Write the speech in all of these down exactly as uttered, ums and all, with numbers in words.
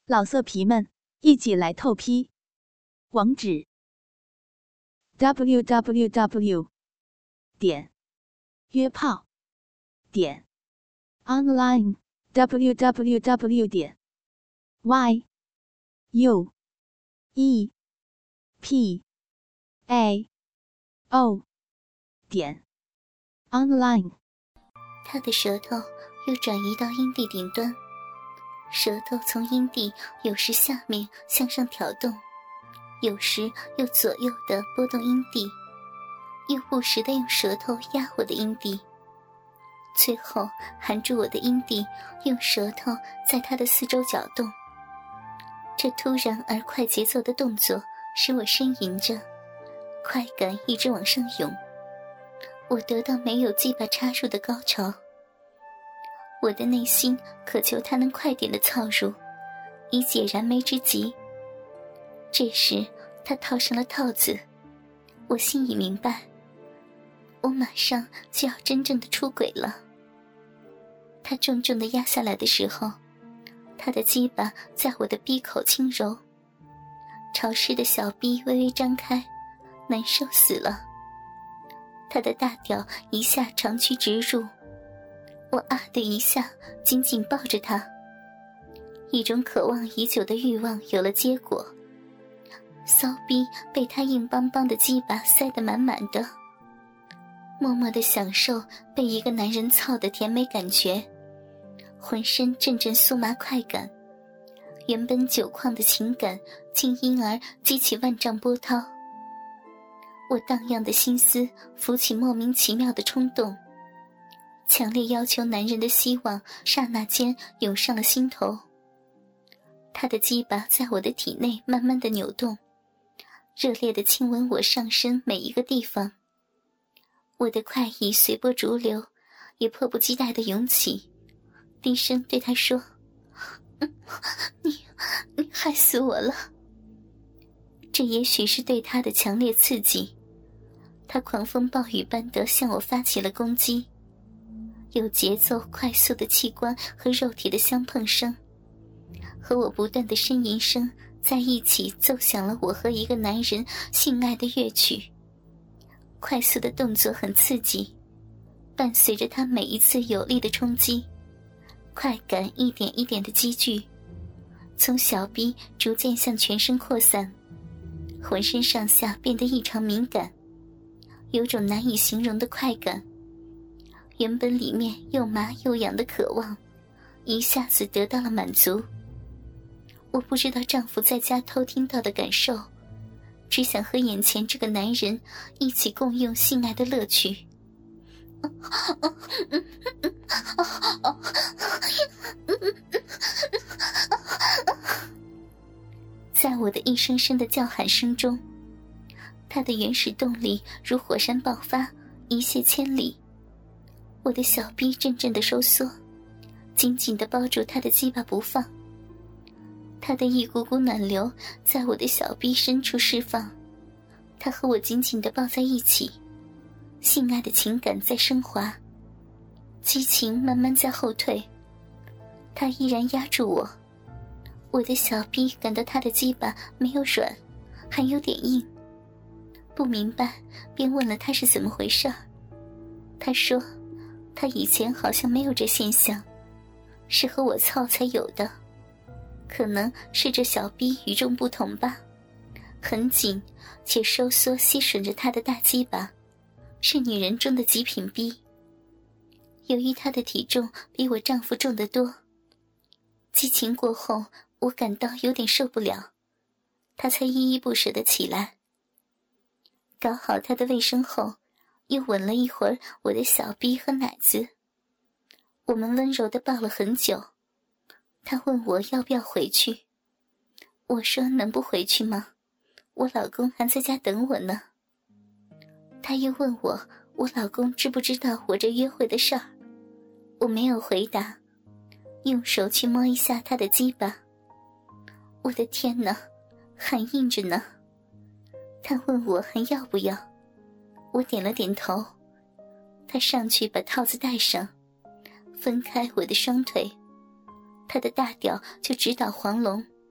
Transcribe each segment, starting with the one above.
老色皮们，一起来透批！网址 ：double u double u double u 点约炮点 online double u double u double u 点 y u e p a o 点 online。 他的舌头又转移到阴蒂顶端，舌头从阴蒂有时下面向上挑动，有时又左右地拨动阴蒂，又不时地用舌头压我的阴蒂，最后含住我的阴蒂，用舌头在它的四周搅动。这突然而快节奏的动作使我呻吟着，快感一直往上涌，我得到没有鸡巴插入的高潮。我的内心渴求他能快点的操入，以解燃眉之急。这时他套上了套子，我心已明白，我马上就要真正的出轨了。他重重地压下来的时候，他的鸡巴在我的逼口轻揉，潮湿的小逼微微张开，难受死了。他的大屌一下长驱直入，我啊的一下紧紧抱着他，一种渴望已久的欲望有了结果。骚逼被他硬邦邦的鸡巴塞得满满的，默默地享受被一个男人操的甜美感觉，浑身阵阵酥麻快感，原本久旷的情感竟因而激起万丈波涛。我荡漾的心思浮起莫名其妙的冲动，强烈要求男人的希望刹那间涌上了心头。他的鸡巴在我的体内慢慢地扭动，热烈地亲吻我上身每一个地方。我的快意随波逐流，也迫不及待地涌起，低声对他说：嗯，你你害死我了。这也许是对他的强烈刺激，他狂风暴雨般地向我发起了攻击，有节奏快速的器官和肉体的相碰声，和我不断的呻吟声在一起奏响了我和一个男人性爱的乐曲。快速的动作很刺激，伴随着他每一次有力的冲击，快感一点一点的积聚，从小臂逐渐向全身扩散，浑身上下变得异常敏感，有种难以形容的快感。原本里面又麻又痒的渴望一下子得到了满足。我不知道丈夫在家偷听到的感受，只想和眼前这个男人一起共用性爱的乐趣。在我的一声声的叫喊声中，他的原始动力如火山爆发，一泻千里。我的小臂阵阵的收缩，紧紧地包住他的鸡巴不放。他的一股股暖流在我的小臂深处释放，他和我紧紧地抱在一起，性爱的情感在升华，激情慢慢在后退。他依然压住我，我的小臂感到他的鸡巴没有软，还有点硬，不明白便问了他是怎么回事。他说他以前好像没有这现象，是和我操才有的，可能是这小逼与众不同吧，很紧且收缩吸吮着他的大鸡巴，是女人中的极品逼。由于他的体重比我丈夫重得多，激情过后我感到有点受不了，他才依依不舍地起来。搞好他的卫生后，又吻了一会儿我的小逼和奶子。我们温柔地抱了很久，他问我要不要回去，我说能不回去吗？我老公还在家等我呢。他又问我，我老公知不知道我这约会的事儿？我没有回答，用手去摸一下他的鸡巴。我的天哪，还硬着呢。他问我还要不要，我点了点头。他上去把套子戴上，分开我的双腿，他的大屌就直捣黄龙，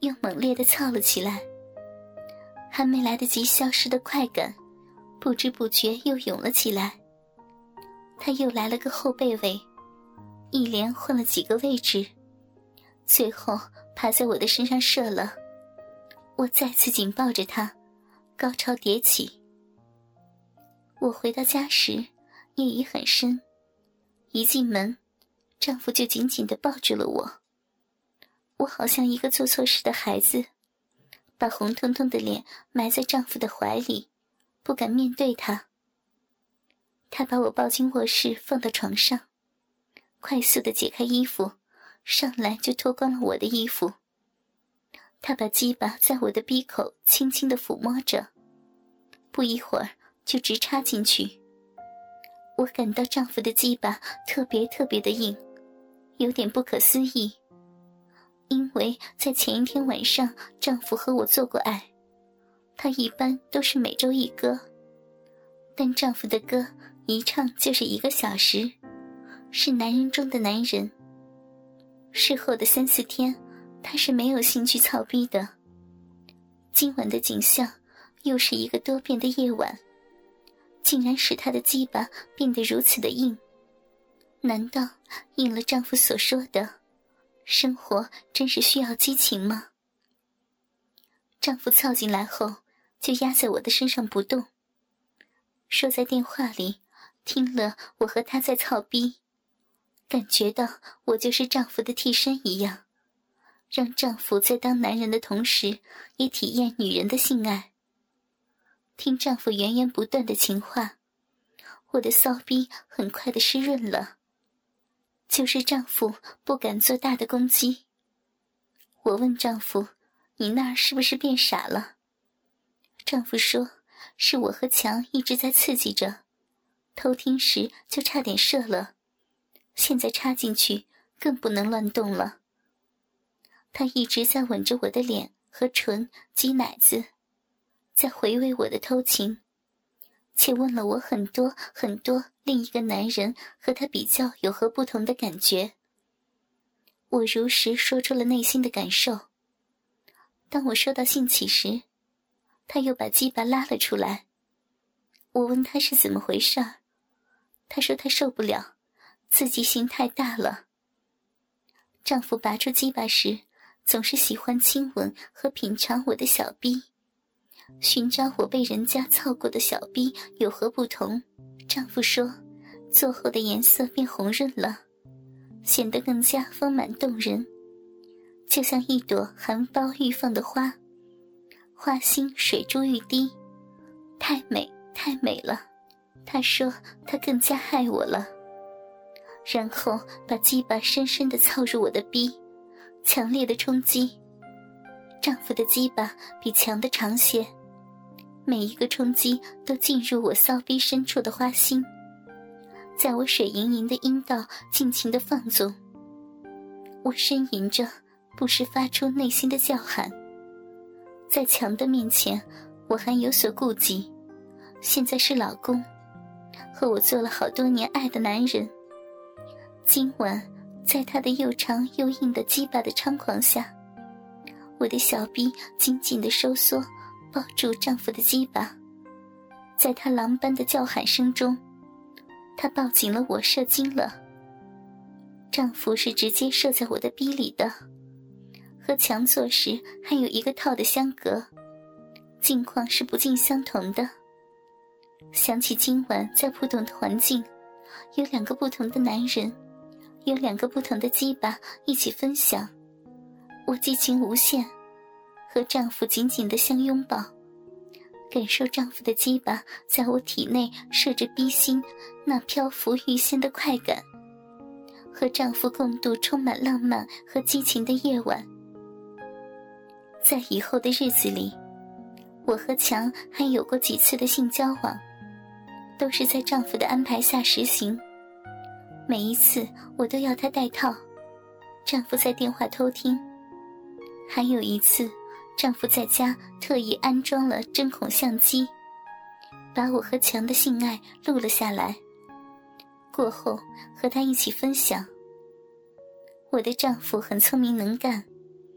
又猛烈地操了起来。还没来得及消失的快感，不知不觉又涌了起来。他又来了个后背尾，一连换了几个位置，最后趴在我的身上射了。我再次紧抱着他，高潮迭起。我回到家时夜已很深，一进门丈夫就紧紧地抱住了我。我好像一个做错事的孩子，把红彤彤的脸埋在丈夫的怀里，不敢面对他。他把我抱进卧室，放到床上，快速地解开衣服，上来就脱光了我的衣服。他把鸡巴在我的鼻口轻轻地抚摸着，不一会儿就直插进去。我感到丈夫的鸡巴特别特别的硬，有点不可思议。因为在前一天晚上丈夫和我做过爱，他一般都是每周一歌，但丈夫的歌一唱就是一个小时，是男人中的男人。事后的三四天他是没有兴趣操逼的。今晚的景象又是一个多变的夜晚，竟然使他的鸡巴变得如此的硬。难道应了丈夫所说的生活真是需要激情吗？丈夫操进来后就压在我的身上不动，说在电话里听了我和他在操逼，感觉到我就是丈夫的替身一样，让丈夫在当男人的同时也体验女人的性爱。听丈夫源源不断的情话，我的骚逼很快的湿润了。就是丈夫不敢做大的攻击。我问丈夫，你那儿是不是变傻了？丈夫说，是我和强一直在刺激着，偷听时就差点射了，现在插进去更不能乱动了。他一直在吻着我的脸和唇及奶子，在回味我的偷情，且问了我很多很多另一个男人和他比较有何不同的感觉。我如实说出了内心的感受。当我说到兴起时，他又把鸡巴拉了出来。我问他是怎么回事，他说他受不了，刺激性太大了。丈夫拔出鸡巴时，总是喜欢亲吻和品尝我的小逼，寻找我被人家操过的小逼有何不同。丈夫说，做后的颜色变红润了，显得更加丰满动人，就像一朵含苞欲放的花，花心水珠欲滴，太美太美了。他说他更加爱我了，然后把鸡巴深深地操入我的逼，强烈的冲击。丈夫的鸡巴比强的长些，每一个冲击都进入我骚逼深处的花心，在我水盈盈的阴道尽情地放纵。我呻吟着，不时发出内心的叫喊。在强的面前我还有所顾忌，现在是老公，和我做了好多年爱的男人，今晚在他的又长又硬的鸡巴的猖狂下，我的小臂紧紧地收缩，抱住丈夫的鸡巴。在他狼般的叫喊声中，他抱紧了我，射精了。丈夫是直接射在我的逼里的，和强做时还有一个套的相隔，境况是不尽相同的。想起今晚在不同的环境，有两个不同的男人，有两个不同的鸡巴一起分享，我激情无限，和丈夫紧紧地相拥抱，感受丈夫的鸡巴在我体内射着逼心那漂浮欲仙的快感，和丈夫共度充满浪漫和激情的夜晚。在以后的日子里，我和强还有过几次的性交往，都是在丈夫的安排下实行。每一次我都要他戴套，丈夫在电话偷听。还有一次，丈夫在家特意安装了针孔相机，把我和强的性爱录了下来，过后和他一起分享。我的丈夫很聪明能干，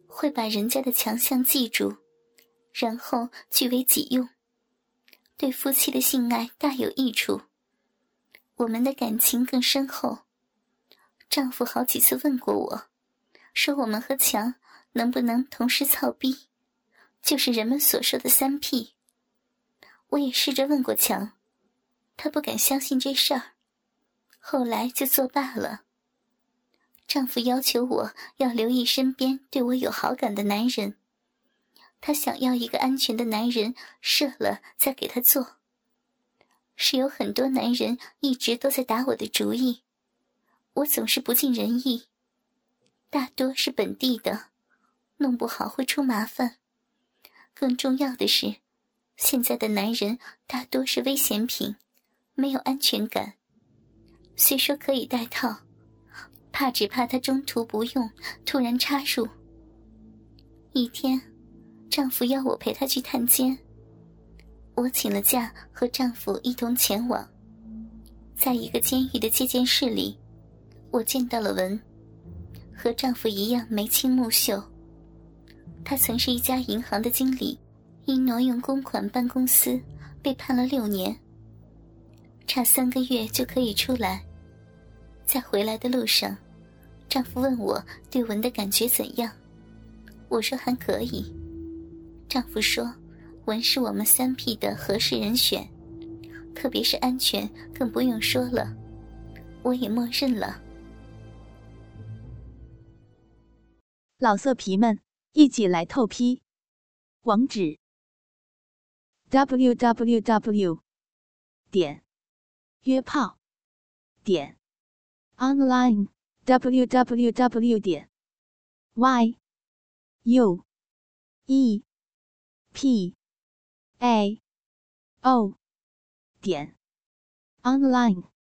会把人家的强项记住，然后据为己用，对夫妻的性爱大有益处。我们的感情更深厚。丈夫好几次问过我，说我们和强能不能同时操逼，就是人们所说的三 P。 我也试着问过强，他不敢相信这事儿，后来就作罢了。丈夫要求我要留意身边对我有好感的男人，他想要一个安全的男人射了再给他做。是有很多男人一直都在打我的主意，我总是不尽人意，大多是本地的，弄不好会出麻烦。更重要的是，现在的男人大多是危险品，没有安全感。虽说可以带套，怕只怕他中途不用，突然插入。一天，丈夫要我陪他去探监，我请了假，和丈夫一同前往。在一个监狱的接见室里，我见到了文，和丈夫一样眉清目秀。他曾是一家银行的经理，因挪用公款办公司被判了六年，差三个月就可以出来。在回来的路上，丈夫问我对文的感觉怎样，我说还可以。丈夫说文是我们三 P 的合适人选，特别是安全更不用说了，我也默认了。 老色皮们，一起来透批！网址 ：double u double u double u 点约炮点 online double u double u double u 点 y u e p a o 点 online。